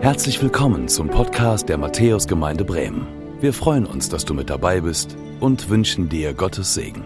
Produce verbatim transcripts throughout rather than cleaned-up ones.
Herzlich willkommen zum Podcast der Matthäusgemeinde Bremen. Wir freuen uns, dass du mit dabei bist und wünschen dir Gottes Segen.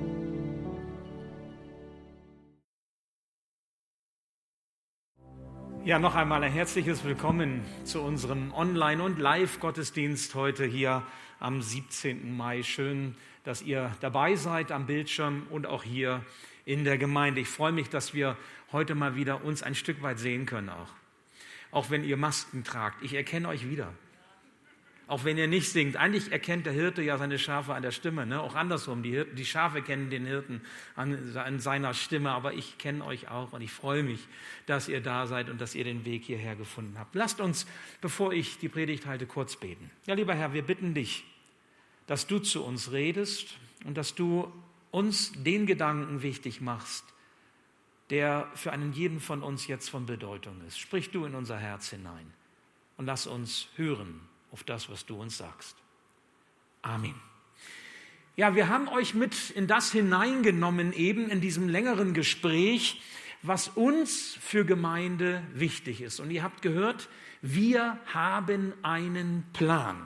Ja, noch einmal ein herzliches Willkommen zu unserem Online- und Live-Gottesdienst heute hier am siebzehnten Mai. Schön, dass ihr dabei seid am Bildschirm und auch hier in der Gemeinde. Ich freue mich, dass wir heute mal wieder uns ein Stück weit sehen können auch. Auch wenn ihr Masken tragt. Ich erkenne euch wieder. Auch wenn ihr nicht singt. Eigentlich erkennt der Hirte ja seine Schafe an der Stimme. Ne? Auch andersrum. Die, Hirten, die Schafe kennen den Hirten an, an seiner Stimme. Aber ich kenne euch auch und ich freue mich, dass ihr da seid und dass ihr den Weg hierher gefunden habt. Lasst uns, bevor ich die Predigt halte, kurz beten. Ja, lieber Herr, wir bitten dich, dass du zu uns redest und dass du uns den Gedanken wichtig machst, der für einen jeden von uns jetzt von Bedeutung ist. Sprich du in unser Herz hinein und lass uns hören auf das, was du uns sagst. Amen. Ja, wir haben euch mit in das hineingenommen, eben in diesem längeren Gespräch, was uns für Gemeinde wichtig ist. Und ihr habt gehört, wir haben einen Plan.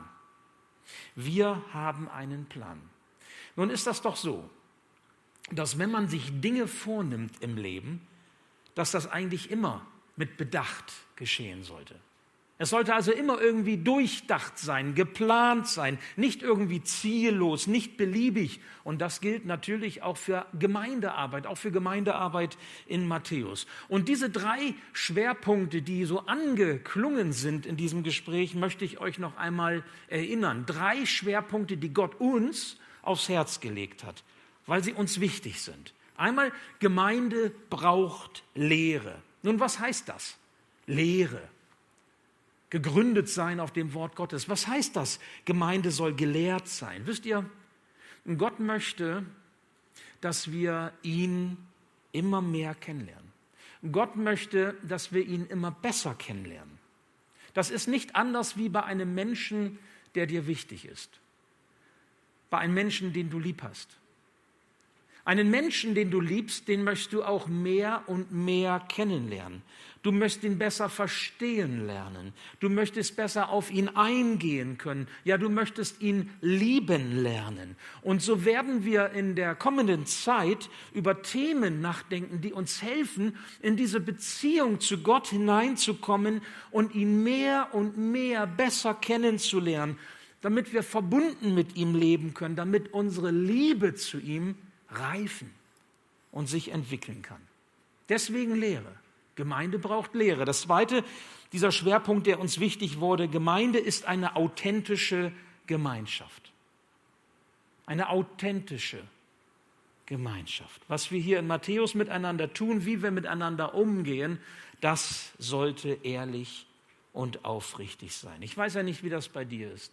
Wir haben einen Plan. Nun ist das doch so, dass wenn man sich Dinge vornimmt im Leben, dass das eigentlich immer mit Bedacht geschehen sollte. Es sollte also immer irgendwie durchdacht sein, geplant sein, nicht irgendwie ziellos, nicht beliebig. Und das gilt natürlich auch für Gemeindearbeit, auch für Gemeindearbeit in Matthäus. Und diese drei Schwerpunkte, die so angeklungen sind in diesem Gespräch, möchte ich euch noch einmal erinnern. Drei Schwerpunkte, die Gott uns aufs Herz gelegt hat, weil sie uns wichtig sind. Einmal, Gemeinde braucht Lehre. Nun, was heißt das? Lehre. Gegründet sein auf dem Wort Gottes. Was heißt das? Gemeinde soll gelehrt sein. Wisst ihr, Gott möchte, dass wir ihn immer mehr kennenlernen. Gott möchte, dass wir ihn immer besser kennenlernen. Das ist nicht anders wie bei einem Menschen, der dir wichtig ist. Bei einem Menschen, den du lieb hast. Einen Menschen, den du liebst, den möchtest du auch mehr und mehr kennenlernen. Du möchtest ihn besser verstehen lernen. Du möchtest besser auf ihn eingehen können. Ja, du möchtest ihn lieben lernen. Und so werden wir in der kommenden Zeit über Themen nachdenken, die uns helfen, in diese Beziehung zu Gott hineinzukommen und ihn mehr und mehr besser kennenzulernen, damit wir verbunden mit ihm leben können, damit unsere Liebe zu ihm reifen und sich entwickeln kann. Deswegen Lehre. Gemeinde braucht Lehre. Das zweite, dieser Schwerpunkt, der uns wichtig wurde, Gemeinde ist eine authentische Gemeinschaft. Eine authentische Gemeinschaft. Was wir hier in Matthäus miteinander tun, wie wir miteinander umgehen, das sollte ehrlich und aufrichtig sein. Ich weiß ja nicht, wie das bei dir ist.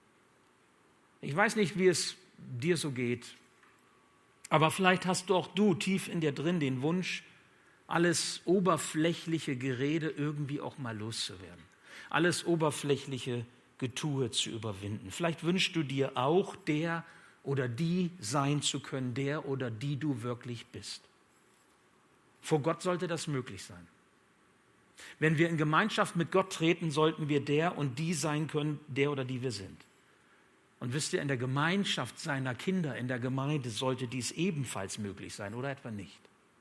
Ich weiß nicht, wie es dir so geht. Aber vielleicht hast du auch du tief in dir drin den Wunsch, alles oberflächliche Gerede irgendwie auch mal loszuwerden. Alles oberflächliche Getue zu überwinden. Vielleicht wünschst du dir auch, der oder die sein zu können, der oder die du wirklich bist. Vor Gott sollte das möglich sein. Wenn wir in Gemeinschaft mit Gott treten, sollten wir der und die sein können, der oder die wir sind. Und wisst ihr, in der Gemeinschaft seiner Kinder, in der Gemeinde sollte dies ebenfalls möglich sein, oder etwa nicht?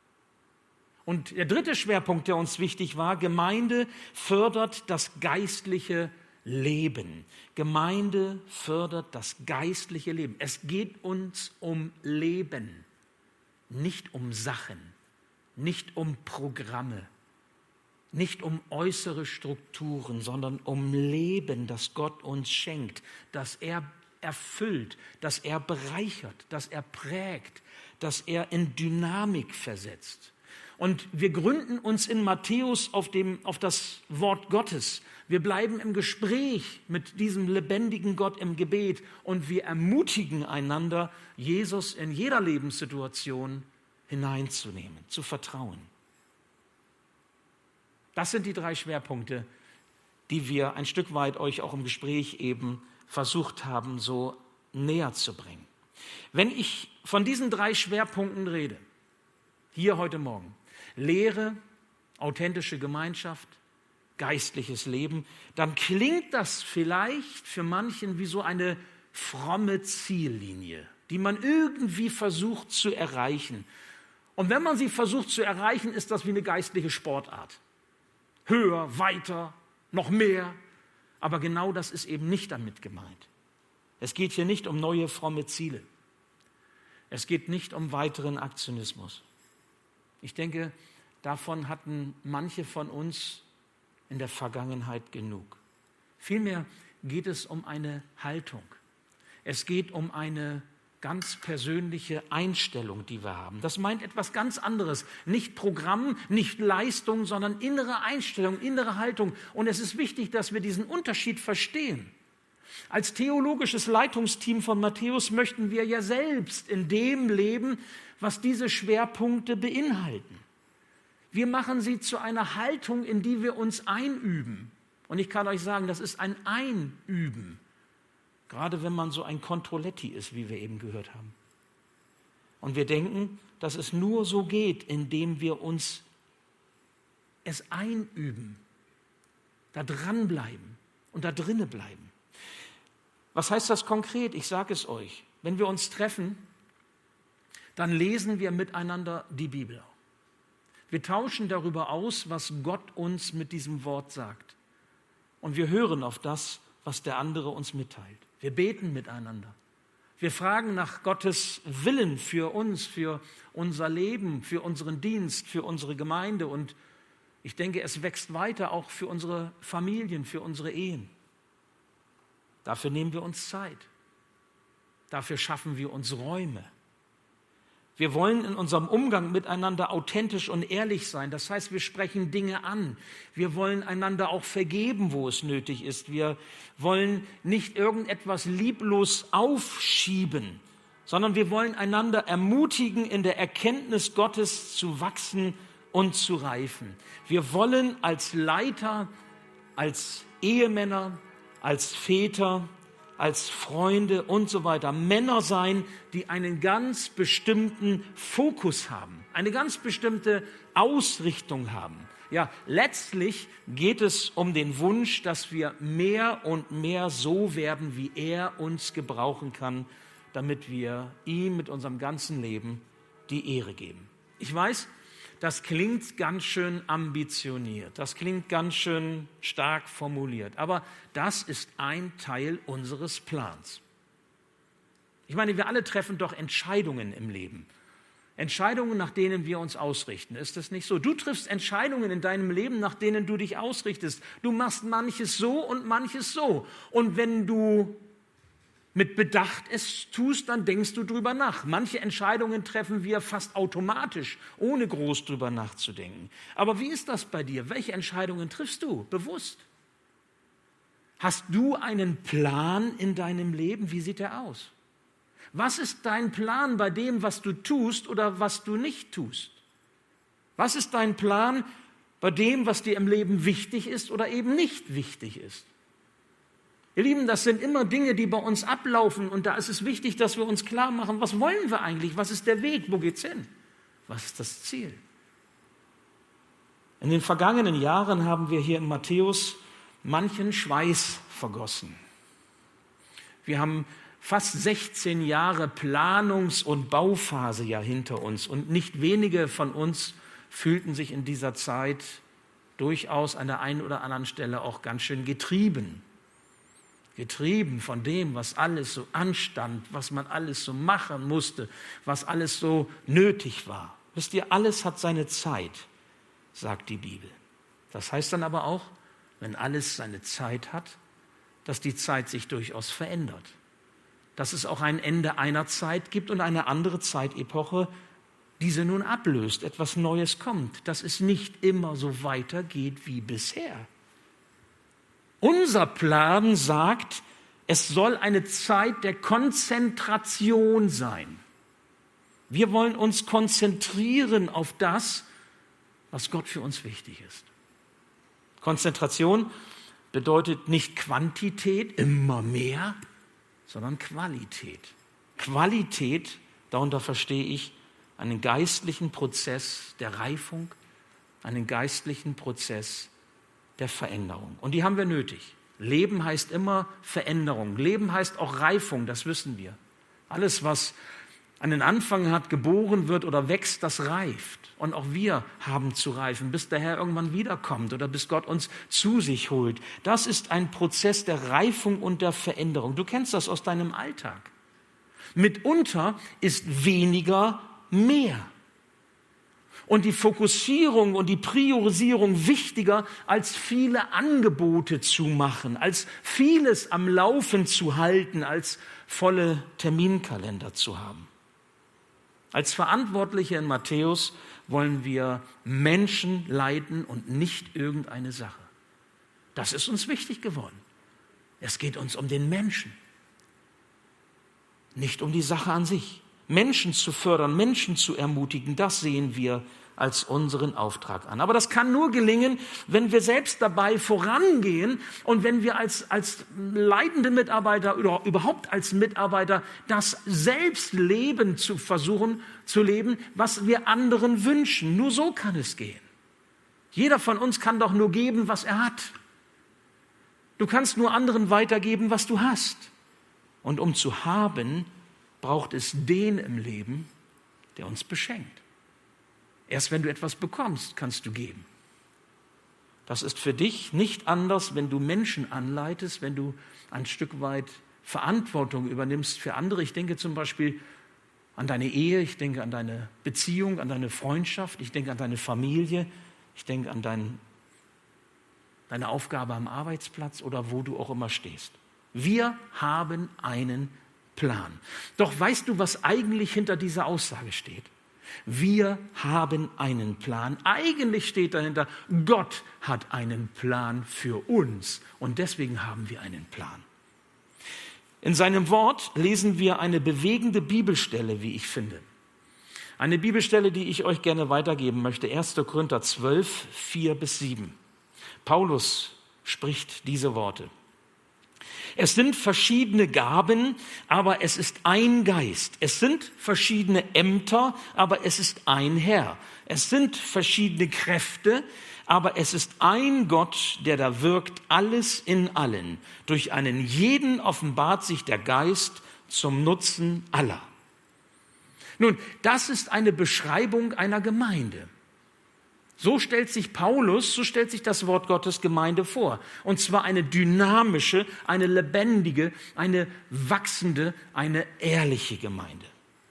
Und der dritte Schwerpunkt, der uns wichtig war, Gemeinde fördert das geistliche Leben. Gemeinde fördert das geistliche Leben. Es geht uns um Leben, nicht um Sachen, nicht um Programme, nicht um äußere Strukturen, sondern um Leben, das Gott uns schenkt, das er erfüllt, dass er bereichert, dass er prägt, dass er in Dynamik versetzt. Und wir gründen uns in Matthäus auf, dem, auf das Wort Gottes. Wir bleiben im Gespräch mit diesem lebendigen Gott im Gebet und wir ermutigen einander, Jesus in jeder Lebenssituation hineinzunehmen, zu vertrauen. Das sind die drei Schwerpunkte, die wir ein Stück weit euch auch im Gespräch eben versucht haben, so näher zu bringen. Wenn ich von diesen drei Schwerpunkten rede, hier heute Morgen, Lehre, authentische Gemeinschaft, geistliches Leben, dann klingt das vielleicht für manchen wie so eine fromme Ziellinie, die man irgendwie versucht zu erreichen. Und wenn man sie versucht zu erreichen, ist das wie eine geistliche Sportart. Höher, weiter, noch mehr. Aber genau das ist eben nicht damit gemeint. Es geht hier nicht um neue fromme Ziele. Es geht nicht um weiteren Aktionismus. Ich denke, davon hatten manche von uns in der Vergangenheit genug. Vielmehr geht es um eine Haltung. Es geht um eine ganz persönliche Einstellung, die wir haben. Das meint etwas ganz anderes. Nicht Programm, nicht Leistung, sondern innere Einstellung, innere Haltung. Und es ist wichtig, dass wir diesen Unterschied verstehen. Als theologisches Leitungsteam von Matthäus möchten wir ja selbst in dem leben, was diese Schwerpunkte beinhalten. Wir machen sie zu einer Haltung, in die wir uns einüben. Und ich kann euch sagen, das ist ein Einüben. Gerade wenn man so ein Controletti ist, wie wir eben gehört haben. Und wir denken, dass es nur so geht, indem wir uns es einüben, da dranbleiben und da drinnen bleiben. Was heißt das konkret? Ich sage es euch. Wenn wir uns treffen, dann lesen wir miteinander die Bibel. Wir tauschen darüber aus, was Gott uns mit diesem Wort sagt. Und wir hören auf das, was der andere uns mitteilt. Wir beten miteinander. Wir fragen nach Gottes Willen für uns, für unser Leben, für unseren Dienst, für unsere Gemeinde. Und ich denke, es wächst weiter auch für unsere Familien, für unsere Ehen. Dafür nehmen wir uns Zeit. Dafür schaffen wir uns Räume. Wir wollen in unserem Umgang miteinander authentisch und ehrlich sein. Das heißt, wir sprechen Dinge an. Wir wollen einander auch vergeben, wo es nötig ist. Wir wollen nicht irgendetwas lieblos aufschieben, sondern wir wollen einander ermutigen, in der Erkenntnis Gottes zu wachsen und zu reifen. Wir wollen als Leiter, als Ehemänner, als Väter, als Freunde und so weiter Männer sein, die einen ganz bestimmten Fokus haben, eine ganz bestimmte Ausrichtung haben. Ja, letztlich geht es um den Wunsch, dass wir mehr und mehr so werden, wie er uns gebrauchen kann, damit wir ihm mit unserem ganzen Leben die Ehre geben. Ich weiß, das klingt ganz schön ambitioniert, das klingt ganz schön stark formuliert, aber das ist ein Teil unseres Plans. Ich meine, wir alle treffen doch Entscheidungen im Leben. Entscheidungen, nach denen wir uns ausrichten. Ist das nicht so? Du triffst Entscheidungen in deinem Leben, nach denen du dich ausrichtest. Du machst manches so und manches so. Und wenn du mit Bedacht es tust, dann denkst du drüber nach. Manche Entscheidungen treffen wir fast automatisch, ohne groß drüber nachzudenken. Aber wie ist das bei dir? Welche Entscheidungen triffst du bewusst? Hast du einen Plan in deinem Leben? Wie sieht er aus? Was ist dein Plan bei dem, was du tust oder was du nicht tust? Was ist dein Plan bei dem, was dir im Leben wichtig ist oder eben nicht wichtig ist? Ihr Lieben, das sind immer Dinge, die bei uns ablaufen und da ist es wichtig, dass wir uns klar machen, was wollen wir eigentlich? Was ist der Weg? Wo geht's hin? Was ist das Ziel? In den vergangenen Jahren haben wir hier in Matthäus manchen Schweiß vergossen. Wir haben fast sechzehn Jahre Planungs- und Bauphase ja hinter uns und nicht wenige von uns fühlten sich in dieser Zeit durchaus an der einen oder anderen Stelle auch ganz schön getrieben. Getrieben von dem, was alles so anstand, was man alles so machen musste, was alles so nötig war. Wisst ihr, alles hat seine Zeit, sagt die Bibel. Das heißt dann aber auch, wenn alles seine Zeit hat, dass die Zeit sich durchaus verändert. Dass es auch ein Ende einer Zeit gibt und eine andere Zeitepoche, diese nun ablöst, etwas Neues kommt, dass es nicht immer so weitergeht wie bisher. Unser Plan sagt, es soll eine Zeit der Konzentration sein. Wir wollen uns konzentrieren auf das, was Gott für uns wichtig ist. Konzentration bedeutet nicht Quantität, immer mehr, sondern Qualität. Qualität, darunter verstehe ich einen geistlichen Prozess der Reifung, einen geistlichen Prozess der Veränderung. Und die haben wir nötig. Leben heißt immer Veränderung. Leben heißt auch Reifung, das wissen wir. Alles, was einen Anfang hat, geboren wird oder wächst, das reift. Und auch wir haben zu reifen, bis der Herr irgendwann wiederkommt oder bis Gott uns zu sich holt. Das ist ein Prozess der Reifung und der Veränderung. Du kennst das aus deinem Alltag. Mitunter ist weniger mehr. Und die Fokussierung und die Priorisierung wichtiger, als viele Angebote zu machen, als vieles am Laufen zu halten, als volle Terminkalender zu haben. Als Verantwortliche in Matthäus wollen wir Menschen leiten und nicht irgendeine Sache. Das ist uns wichtig geworden. Es geht uns um den Menschen, nicht um die Sache an sich. Menschen zu fördern, Menschen zu ermutigen, das sehen wir als unseren Auftrag an. Aber das kann nur gelingen, wenn wir selbst dabei vorangehen und wenn wir als, als leitende Mitarbeiter oder überhaupt als Mitarbeiter das Selbstleben zu versuchen zu leben, was wir anderen wünschen. Nur so kann es gehen. Jeder von uns kann doch nur geben, was er hat. Du kannst nur anderen weitergeben, was du hast. Und um zu haben, braucht es den im Leben, der uns beschenkt. Erst wenn du etwas bekommst, kannst du geben. Das ist für dich nicht anders, wenn du Menschen anleitest, wenn du ein Stück weit Verantwortung übernimmst für andere. Ich denke zum Beispiel an deine Ehe, ich denke an deine Beziehung, an deine Freundschaft, ich denke an deine Familie, ich denke an dein, deine Aufgabe am Arbeitsplatz oder wo du auch immer stehst. Wir haben einen Plan. Doch weißt du, was eigentlich hinter dieser Aussage steht? Wir haben einen Plan. Eigentlich steht dahinter, Gott hat einen Plan für uns und deswegen haben wir einen Plan. In seinem Wort lesen wir eine bewegende Bibelstelle, wie ich finde. Eine Bibelstelle, die ich euch gerne weitergeben möchte. erster Korinther zwölf, vier bis sieben. Paulus spricht diese Worte. Es sind verschiedene Gaben, aber es ist ein Geist. Es sind verschiedene Ämter, aber es ist ein Herr. Es sind verschiedene Kräfte, aber es ist ein Gott, der da wirkt, alles in allen. Durch einen jeden offenbart sich der Geist zum Nutzen aller. Nun, das ist eine Beschreibung einer Gemeinde. So stellt sich Paulus, so stellt sich das Wort Gottes Gemeinde vor. Und zwar eine dynamische, eine lebendige, eine wachsende, eine ehrliche Gemeinde.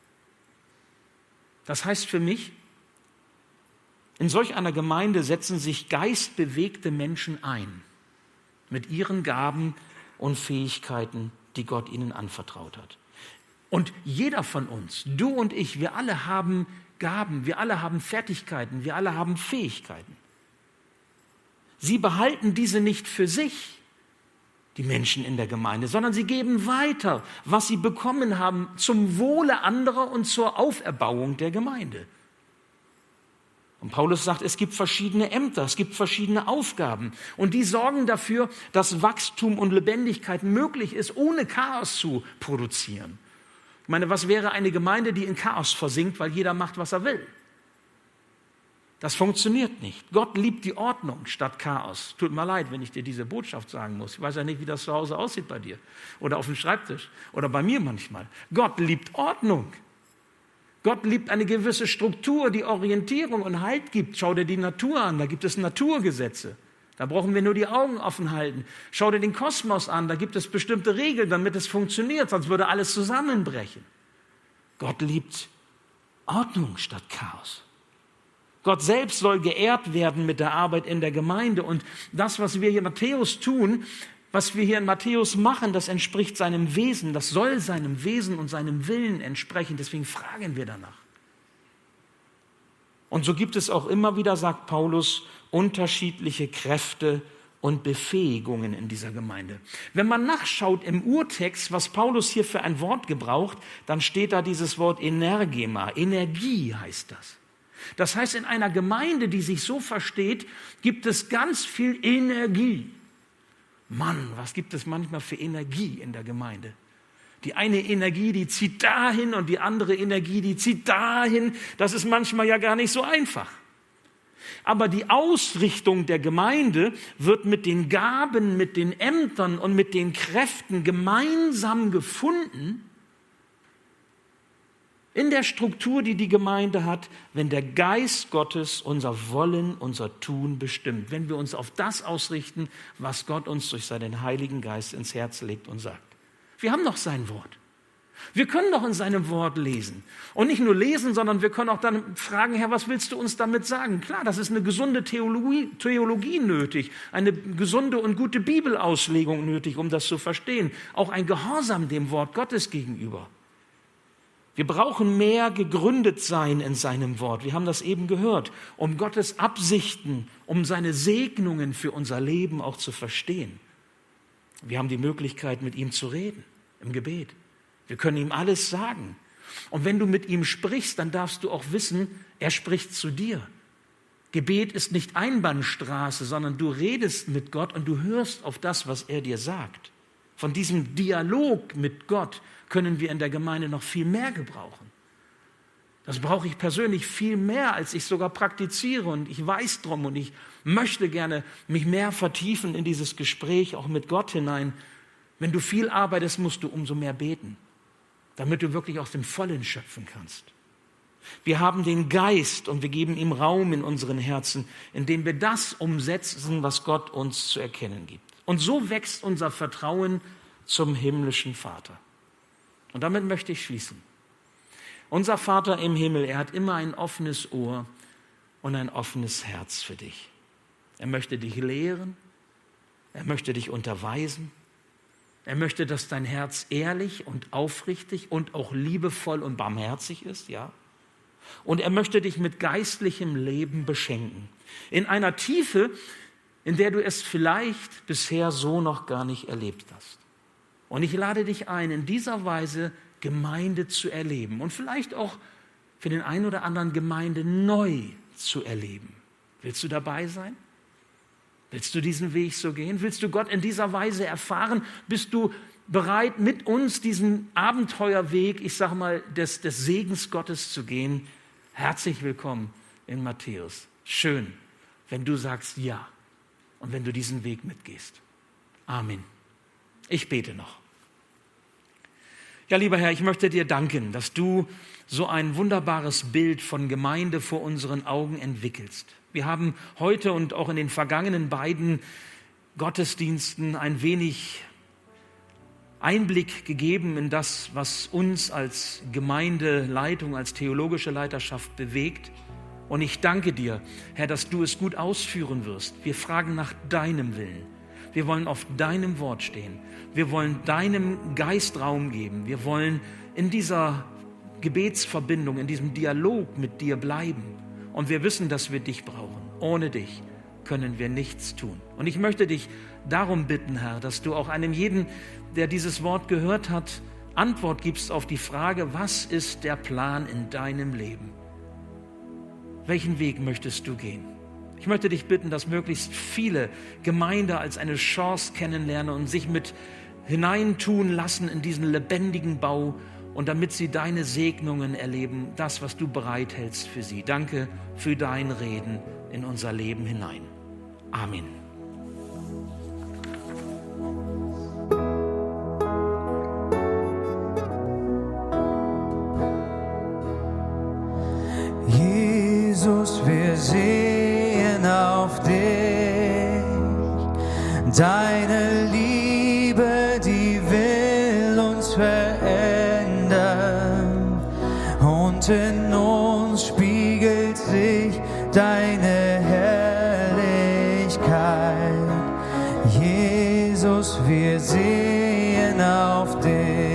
Das heißt für mich, in solch einer Gemeinde setzen sich geistbewegte Menschen ein, mit ihren Gaben und Fähigkeiten, die Gott ihnen anvertraut hat. Und jeder von uns, du und ich, wir alle haben Gaben, wir alle haben Fertigkeiten, wir alle haben Fähigkeiten. Sie behalten diese nicht für sich, die Menschen in der Gemeinde, sondern sie geben weiter, was sie bekommen haben, zum Wohle anderer und zur Auferbauung der Gemeinde. Und Paulus sagt, es gibt verschiedene Ämter, es gibt verschiedene Aufgaben und die sorgen dafür, dass Wachstum und Lebendigkeit möglich ist, ohne Chaos zu produzieren. Ich meine, was wäre eine Gemeinde, die in Chaos versinkt, weil jeder macht, was er will? Das funktioniert nicht. Gott liebt die Ordnung statt Chaos. Tut mir leid, wenn ich dir diese Botschaft sagen muss. Ich weiß ja nicht, wie das zu Hause aussieht bei dir oder auf dem Schreibtisch oder bei mir manchmal. Gott liebt Ordnung. Gott liebt eine gewisse Struktur, die Orientierung und Halt gibt. Schau dir die Natur an, da gibt es Naturgesetze. Da brauchen wir nur die Augen offen halten. Schau dir den Kosmos an, da gibt es bestimmte Regeln, damit es funktioniert, sonst würde alles zusammenbrechen. Gott liebt Ordnung statt Chaos. Gott selbst soll geehrt werden mit der Arbeit in der Gemeinde. Und das, was wir hier in Matthäus tun, was wir hier in Matthäus machen, das entspricht seinem Wesen, das soll seinem Wesen und seinem Willen entsprechen. Deswegen fragen wir danach. Und so gibt es auch immer wieder, sagt Paulus, unterschiedliche Kräfte und Befähigungen in dieser Gemeinde. Wenn man nachschaut im Urtext, was Paulus hier für ein Wort gebraucht, dann steht da dieses Wort Energema, Energie heißt das. Das heißt, in einer Gemeinde, die sich so versteht, gibt es ganz viel Energie. Mann, was gibt es manchmal für Energie in der Gemeinde? Die eine Energie, die zieht dahin und die andere Energie, die zieht dahin. Das ist manchmal ja gar nicht so einfach. Aber die Ausrichtung der Gemeinde wird mit den Gaben, mit den Ämtern und mit den Kräften gemeinsam gefunden in der Struktur, die die Gemeinde hat, wenn der Geist Gottes unser Wollen, unser Tun bestimmt. Wenn wir uns auf das ausrichten, was Gott uns durch seinen Heiligen Geist ins Herz legt und sagt. Wir haben doch sein Wort. Wir können doch in seinem Wort lesen. Und nicht nur lesen, sondern wir können auch dann fragen, Herr, was willst du uns damit sagen? Klar, das ist eine gesunde Theologie, Theologie nötig, eine gesunde und gute Bibelauslegung nötig, um das zu verstehen. Auch ein Gehorsam dem Wort Gottes gegenüber. Wir brauchen mehr gegründet sein in seinem Wort. Wir haben das eben gehört, um Gottes Absichten, um seine Segnungen für unser Leben auch zu verstehen. Wir haben die Möglichkeit, mit ihm zu reden im Gebet. Wir können ihm alles sagen. Und wenn du mit ihm sprichst, dann darfst du auch wissen, er spricht zu dir. Gebet ist nicht Einbahnstraße, sondern du redest mit Gott und du hörst auf das, was er dir sagt. Von diesem Dialog mit Gott können wir in der Gemeinde noch viel mehr gebrauchen. Das brauche ich persönlich viel mehr, als ich sogar praktiziere. Und ich weiß drum und ich möchte gerne mich mehr vertiefen in dieses Gespräch, auch mit Gott hinein. Wenn du viel arbeitest, musst du umso mehr beten, damit du wirklich aus dem Vollen schöpfen kannst. Wir haben den Geist und wir geben ihm Raum in unseren Herzen, indem wir das umsetzen, was Gott uns zu erkennen gibt. Und so wächst unser Vertrauen zum himmlischen Vater. Und damit möchte ich schließen. Unser Vater im Himmel, er hat immer ein offenes Ohr und ein offenes Herz für dich. Er möchte dich lehren, er möchte dich unterweisen, er möchte, dass dein Herz ehrlich und aufrichtig und auch liebevoll und barmherzig ist, ja. Und er möchte dich mit geistlichem Leben beschenken. In einer Tiefe, in der du es vielleicht bisher so noch gar nicht erlebt hast. Und ich lade dich ein, in dieser Weise Gemeinde zu erleben und vielleicht auch für den einen oder anderen Gemeinde neu zu erleben. Willst du dabei sein? Willst du diesen Weg so gehen? Willst du Gott in dieser Weise erfahren? Bist du bereit, mit uns diesen Abenteuerweg, ich sage mal, des, des Segens Gottes zu gehen? Herzlich willkommen in Matthäus. Schön, wenn du sagst ja und wenn du diesen Weg mitgehst. Amen. Ich bete noch. Ja, lieber Herr, ich möchte dir danken, dass du so ein wunderbares Bild von Gemeinde vor unseren Augen entwickelst. Wir haben heute und auch in den vergangenen beiden Gottesdiensten ein wenig Einblick gegeben in das, was uns als Gemeindeleitung, als theologische Leiterschaft bewegt. Und ich danke dir, Herr, dass du es gut ausführen wirst. Wir fragen nach deinem Willen. Wir wollen auf deinem Wort stehen. Wir wollen deinem Geist Raum geben. Wir wollen in dieser Gebetsverbindung, in diesem Dialog mit dir bleiben. Und wir wissen, dass wir dich brauchen. Ohne dich können wir nichts tun. Und ich möchte dich darum bitten, Herr, dass du auch einem jeden, der dieses Wort gehört hat, Antwort gibst auf die Frage, was ist der Plan in deinem Leben? Welchen Weg möchtest du gehen? Ich möchte dich bitten, dass möglichst viele Gemeinde als eine Chance kennenlernen und sich mit hineintun lassen in diesen lebendigen Bau und damit sie deine Segnungen erleben, das, was du bereithältst für sie. Danke für dein Reden in unser Leben hinein. Amen. Jesus, wir sehen auf dich, deine Liebe, die will uns verändern und in uns spiegelt sich deine Herrlichkeit. Jesus, wir sehen auf dich.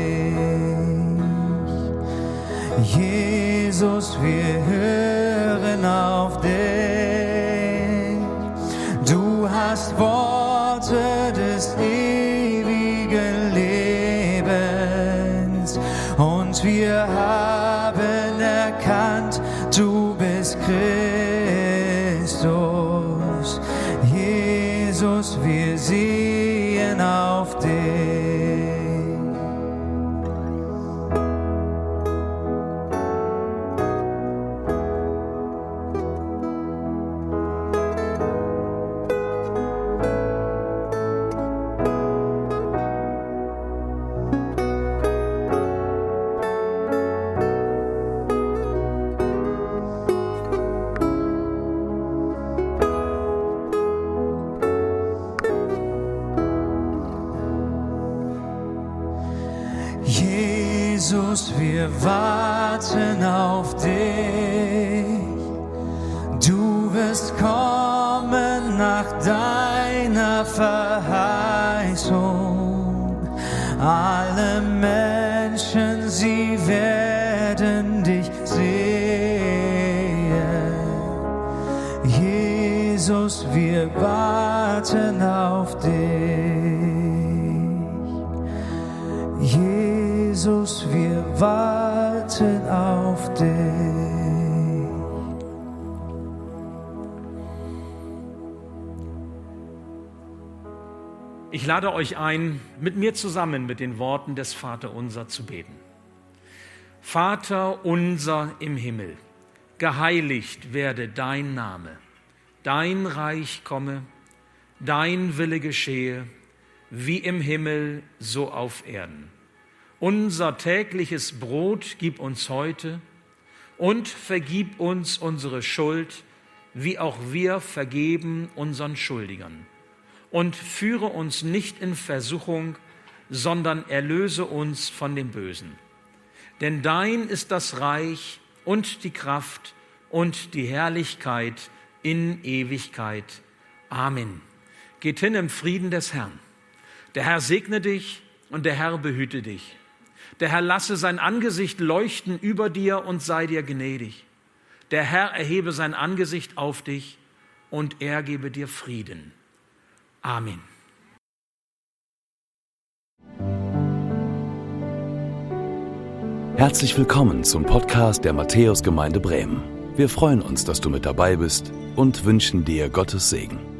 Jesus, wir hören auf dich. Du hast Worte des ewigen Lebens und wir haben erkannt, du bist Christus. Jesus, wir sehen auf dich. Jesus, wir warten auf dich. Du wirst kommen nach deiner Verheißung. Alle Menschen, sie werden dich sehen. Jesus, wir warten auf dich. Jesus, wir warten auf dich. Ich lade euch ein, mit mir zusammen mit den Worten des Vaterunser zu beten. Vater unser im Himmel, geheiligt werde dein Name, dein Reich komme, dein Wille geschehe, wie im Himmel, so auf Erden. Unser tägliches Brot gib uns heute und vergib uns unsere Schuld, wie auch wir vergeben unseren Schuldigern. Und führe uns nicht in Versuchung, sondern erlöse uns von dem Bösen. Denn dein ist das Reich und die Kraft und die Herrlichkeit in Ewigkeit. Amen. Geht hin im Frieden des Herrn. Der Herr segne dich und der Herr behüte dich. Der Herr lasse sein Angesicht leuchten über dir und sei dir gnädig. Der Herr erhebe sein Angesicht auf dich und er gebe dir Frieden. Amen. Herzlich willkommen zum Podcast der Matthäusgemeinde Bremen. Wir freuen uns, dass du mit dabei bist und wünschen dir Gottes Segen.